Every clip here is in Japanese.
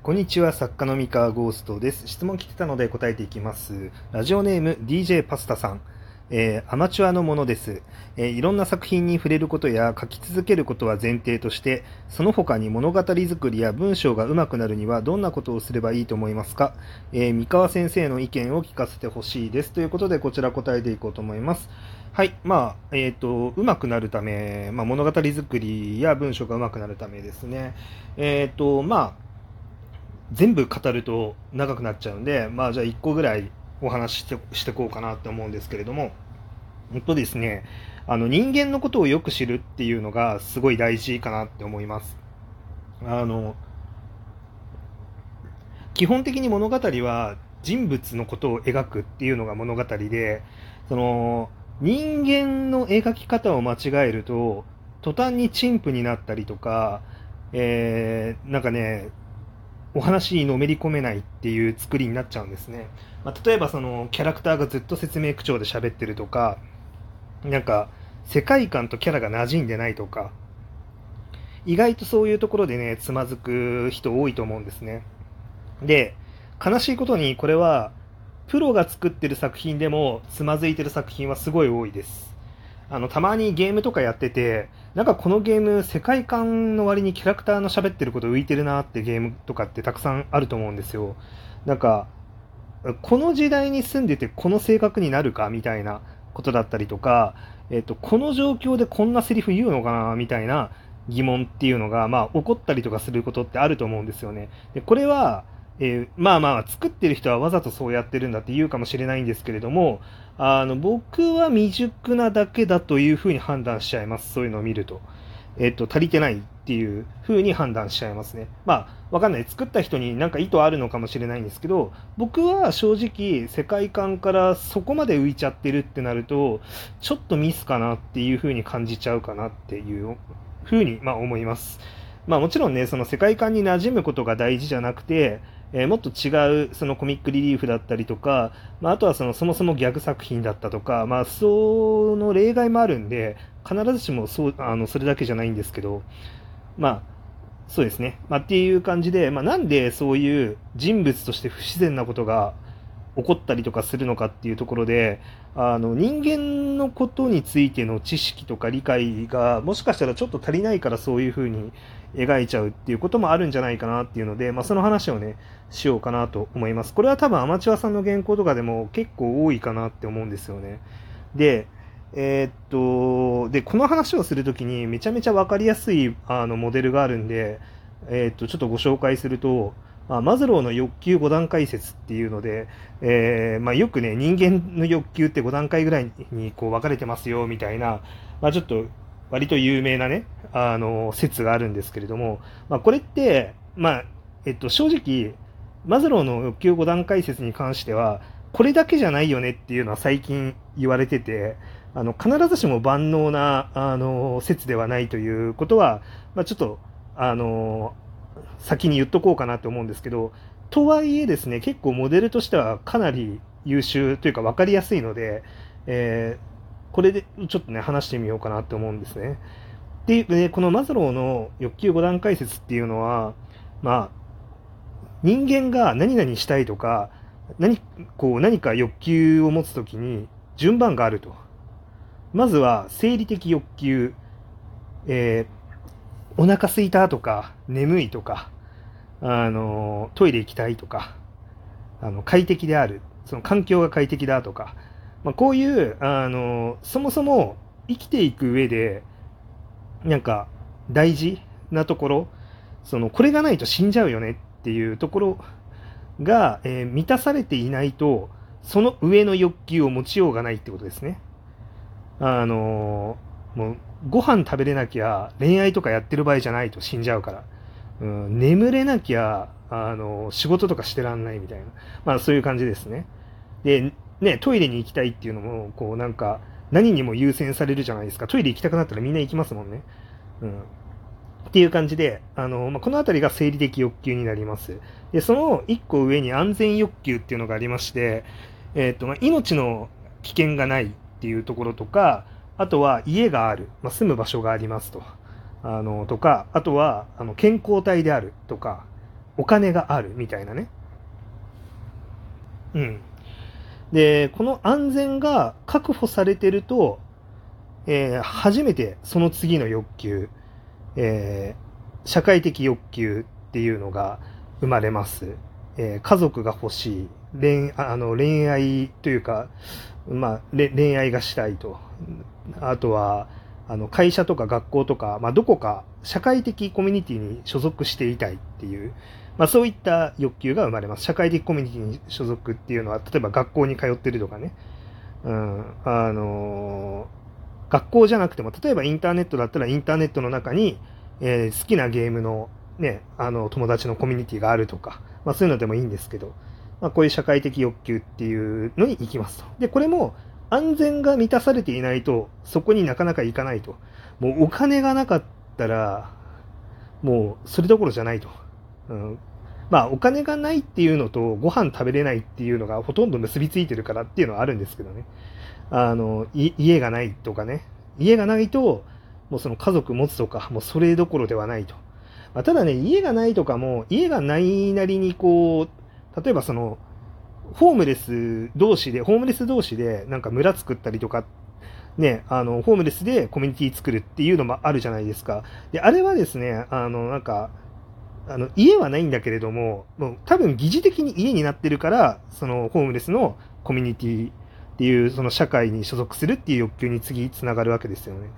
こんにちは、作家の三河ゴーストです。質問来てたので答えていきます。ラジオネーム DJ パスタさん。アマチュアのものです。いろんな作品に触れることや書き続けることは前提として、その他に物語作りや文章が上手くなるにはどんなことをすればいいと思いますか？三河先生の意見を聞かせてほしいです。ということで、こちら答えていこうと思います。はい。上手くなるため、物語作りや文章が上手くなるためですね。全部語ると長くなっちゃうんで、じゃあ1個ぐらいお話してこうかなって思うんですけれども、ですね、人間のことをよく知るっていうのがすごい大事かなって思います。基本的に物語は人物のことを描くっていうのが物語で、その人間の描き方を間違えると途端に陳腐になったりとか、なんかね、お話にのめり込めないっていう作りになっちゃうんですね。例えばそのキャラクターがずっと説明口調で喋ってるとか、なんか世界観とキャラが馴染んでないとか、意外とそういうところでね、つまずく人多いと思うんですね。で、悲しいことにこれはプロが作ってる作品でもつまずいてる作品はすごい多いです。たまにゲームとかやってて、なんかこのゲーム世界観の割にキャラクターの喋ってること浮いてるなってゲームとかってたくさんあると思うんですよ。なんかこの時代に住んでてこの性格になるかみたいなことだったりとか、この状況でこんなセリフ言うのかなみたいな疑問っていうのが、起こったりとかすることってあると思うんですよね。でこれは、作ってる人はわざとそうやってるんだって言うかもしれないんですけれども、僕は未熟なだけだというふうに判断しちゃいます。そういうのを見ると。足りてないっていう風に判断しちゃいますね。わかんない。作った人になんか意図あるのかもしれないんですけど、僕は正直世界観からそこまで浮いちゃってるってなると、ちょっとミスかなっていう風に感じちゃうかなっていう風に思います。もちろんね、その世界観に馴染むことが大事じゃなくて、もっと違うそのコミックリリーフだったりとか、あとはそもそもギャグ作品だったとか、その例外もあるんで、必ずしもそれだけじゃないんですけど、そうですね。っていう感じで、なんでそういう人物として不自然なことが起こったりとかするのかっていうところで、人間のことについての知識とか理解がもしかしたらちょっと足りないからそういう風に描いちゃうっていうこともあるんじゃないかなっていうので、その話をね、しようかなと思います。これは多分アマチュアさんの原稿とかでも結構多いかなって思うんですよね。で、この話をするときにめちゃめちゃ分かりやすいモデルがあるんで、ちょっとご紹介すると、マズローの欲求5段階説っていうので、よくね、人間の欲求って5段階ぐらいにこう分かれてますよみたいな、ちょっと割と有名なね、説があるんですけれども、これって、正直、マズローの欲求5段階説に関しては、これだけじゃないよねっていうのは最近言われてて、必ずしも万能な、説ではないということは、ちょっと、先に言っとこうかなと思うんですけど、とはいえですね、結構モデルとしてはかなり優秀というか分かりやすいので、これでちょっとね、話してみようかなと思うんですね。で、このマズローの欲求5段階説っていうのは、人間が何々したいとか、何か欲求を持つときに順番があると。まずは生理的欲求、お腹すいたとか眠いとか、トイレ行きたいとか、快適である、その環境が快適だとか、こういうそもそも生きていく上でなんか大事なところ、これがないと死んじゃうよねっていうところが、満たされていないと、その上の欲求を持ちようがないってことですね。もうご飯食べれなきゃ恋愛とかやってる場合じゃないと死んじゃうから、眠れなきゃ仕事とかしてらんないみたいな、そういう感じですね。でね、トイレに行きたいっていうのもこうなんか何にも優先されるじゃないですか。トイレ行きたくなったらみんな行きますもんね。っていう感じで、このあたりが生理的欲求になります。で、その一個上に安全欲求っていうのがありまして、命の危険がないっていうところとか、あとは家がある、住む場所がありますと。とか、あとは健康体であるとか、 お金があるみたいなね。うん。で、この安全が確保されてると、初めてその次の欲求、社会的欲求っていうのが生まれます。家族が欲しい、恋愛というか、恋愛がしたいと。あとは、会社とか学校とか、どこか社会的コミュニティに所属していたいっていう、そういった欲求が生まれます。社会的コミュニティに所属っていうのは、例えば学校に通ってるとかね。学校じゃなくても、例えばインターネットだったらインターネットの中に、好きなゲームのね、友達のコミュニティがあるとか、そういうのでもいいんですけど、こういう社会的欲求っていうのに行きますと。で、これも安全が満たされていないと、そこになかなか行かないと。もうお金がなかったら、もうそれどころじゃないと。お金がないっていうのと、ご飯食べれないっていうのがほとんど結びついてるからっていうのはあるんですけどね。家がないとかね。家がないと、もうその家族持つとか、もうそれどころではないと。ただね、家がないとかも、家がないなりにこう、例えばその、ホームレス同士で、なんか村作ったりとか、ね、ホームレスでコミュニティ作るっていうのもあるじゃないですか。で、あれはですね、家はないんだけれども、もう多分疑似的に家になってるから、そのホームレスのコミュニティっていう、その社会に所属するっていう欲求に次つながるわけですよね。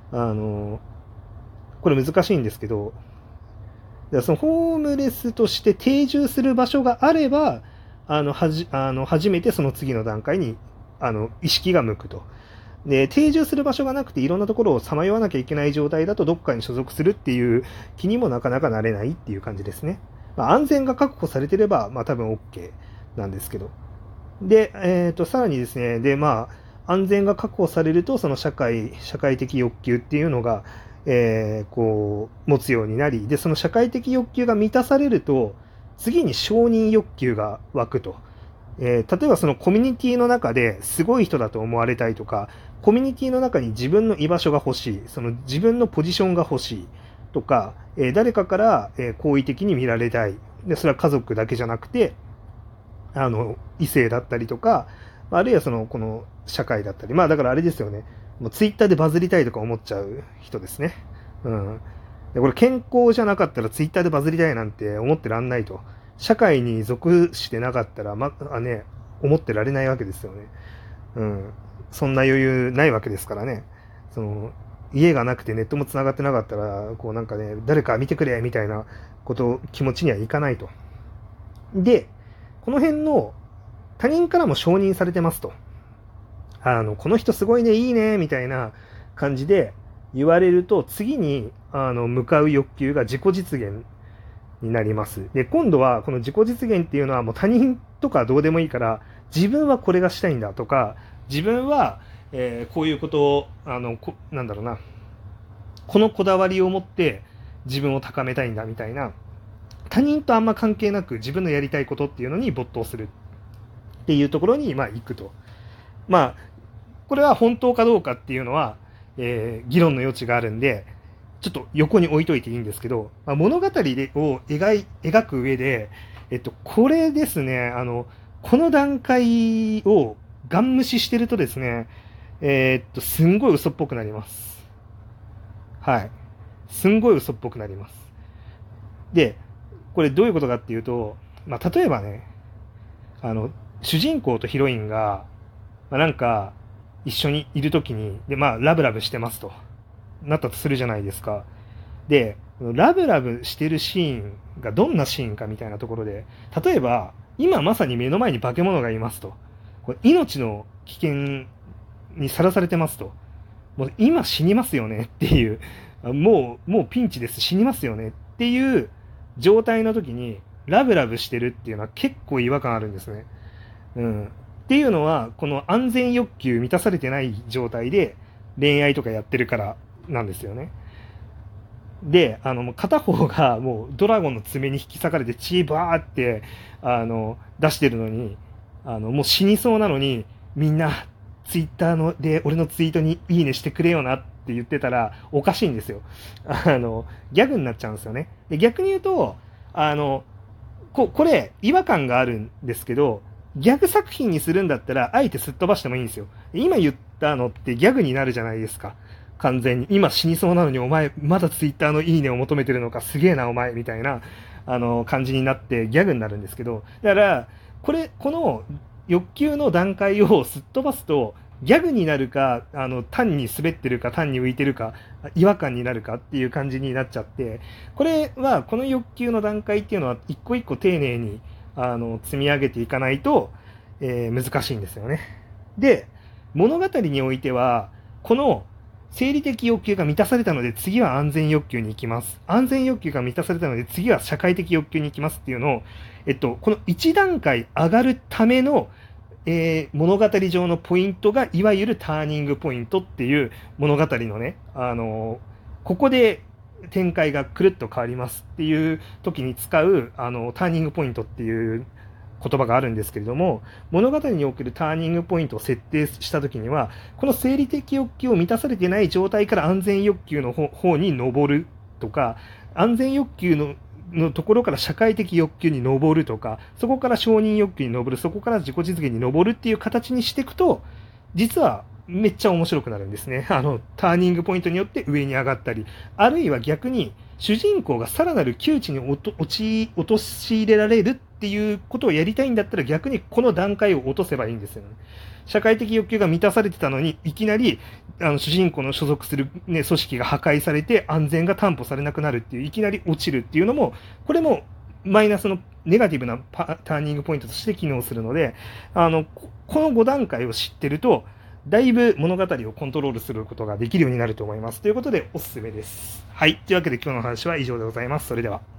これ難しいんですけど、そのホームレスとして定住する場所があれば、初めてその次の段階に、意識が向くと。で、定住する場所がなくていろんなところをさまよわなきゃいけない状態だとどっかに所属するっていう気にもなかなかなれないっていう感じですね。安全が確保されてれば、多分 OK なんですけど。で、さらにですね、で、安全が確保されると、その社会的欲求っていうのが、こう、持つようになり、で、その社会的欲求が満たされると、次に承認欲求が湧くと。例えばそのコミュニティの中ですごい人だと思われたいとか、コミュニティの中に自分の居場所が欲しい、その自分のポジションが欲しいとか、誰かから、好意的に見られたい。で、それは家族だけじゃなくて、異性だったりとか、あるいはこの社会だったり、だからあれですよね。もうツイッターでバズりたいとか思っちゃう人ですね。で、これ健康じゃなかったらツイッターでバズりたいなんて思ってらんないと。社会に属してなかったら、思ってられないわけですよね。そんな余裕ないわけですからね。家がなくてネットも繋がってなかったら、こうなんかね、誰か見てくれみたいな気持ちにはいかないと。で、この辺の他人からも承認されてますと。この人すごいね、いいね、みたいな感じで言われると、次に、向かう欲求が自己実現になります。で、今度はこの自己実現っていうのはもう他人とかどうでもいいから、自分はこれがしたいんだとか、自分は、こういうことを、なんだろうな、このこだわりを持って自分を高めたいんだみたいな、他人とあんま関係なく自分のやりたいことっていうのに没頭するっていうところに、行くと。これは本当かどうかっていうのは、議論の余地があるんで、ちょっと横に置いといていいんですけど、物語を描く上で、これですね、この段階をガン無視してるとですね、すんごい嘘っぽくなります。はい。すんごい嘘っぽくなります。で、これどういうことかっていうと、例えばね、主人公とヒロインが、なんか、一緒にいるときに、で、ラブラブしてますと。なったとするじゃないですか。で、ラブラブしてるシーンがどんなシーンかみたいなところで、例えば、今まさに目の前に化け物がいますと。これ命の危険にさらされてますと。もう今死にますよねっていう、もうピンチです、死にますよねっていう状態の時に、ラブラブしてるっていうのは結構違和感あるんですね。っていうのは、この安全欲求満たされてない状態で恋愛とかやってるからなんですよね。で、片方がもうドラゴンの爪に引き裂かれて血バーって、出してるのに、もう死にそうなのに、みんな、ツイッターで俺のツイートにいいねしてくれよなって言ってたら、おかしいんですよ。ギャグになっちゃうんですよね。で、逆に言うと、 これ、違和感があるんですけど、ギャグ作品にするんだったら、あえてすっ飛ばしてもいいんですよ。今言ったのってギャグになるじゃないですか。完全に。今死にそうなのに、お前、まだツイッターのいいねを求めてるのか、すげえな、お前、みたいな、感じになってギャグになるんですけど、だから、この欲求の段階をすっ飛ばすと、ギャグになるか、単に滑ってるか、単に浮いてるか、違和感になるかっていう感じになっちゃって、これは、この欲求の段階っていうのは、一個一個丁寧に、積み上げていかないと、難しいんですよね。で、物語においては、この生理的欲求が満たされたので、次は安全欲求に行きます。安全欲求が満たされたので、次は社会的欲求に行きますっていうのを、この一段階上がるための、物語上のポイントが、いわゆるターニングポイントっていう物語のね、ここで展開がくるっと変わりますっていう時に使う、ターニングポイントっていう言葉があるんですけれども、物語におけるターニングポイントを設定したときには、この生理的欲求を満たされていない状態から安全欲求の方に上るとか、安全欲求のところから社会的欲求に上るとか、そこから承認欲求に上る、そこから自己実現に上るっていう形にしていくと、実はめっちゃ面白くなるんですね。ターニングポイントによって上に上がったり、あるいは逆に主人公がさらなる窮地に陥れられるっていうことをやりたいんだったら、逆にこの段階を落とせばいいんですよね。社会的欲求が満たされてたのに、いきなり主人公の所属する、ね、組織が破壊されて安全が担保されなくなるっていう、いきなり落ちるっていうのも、これもマイナスのネガティブなターニングポイントとして機能するので、この5段階を知ってると、だいぶ物語をコントロールすることができるようになると思います。ということで、おすすめです。はい。というわけで今日の話は以上でございます。それでは。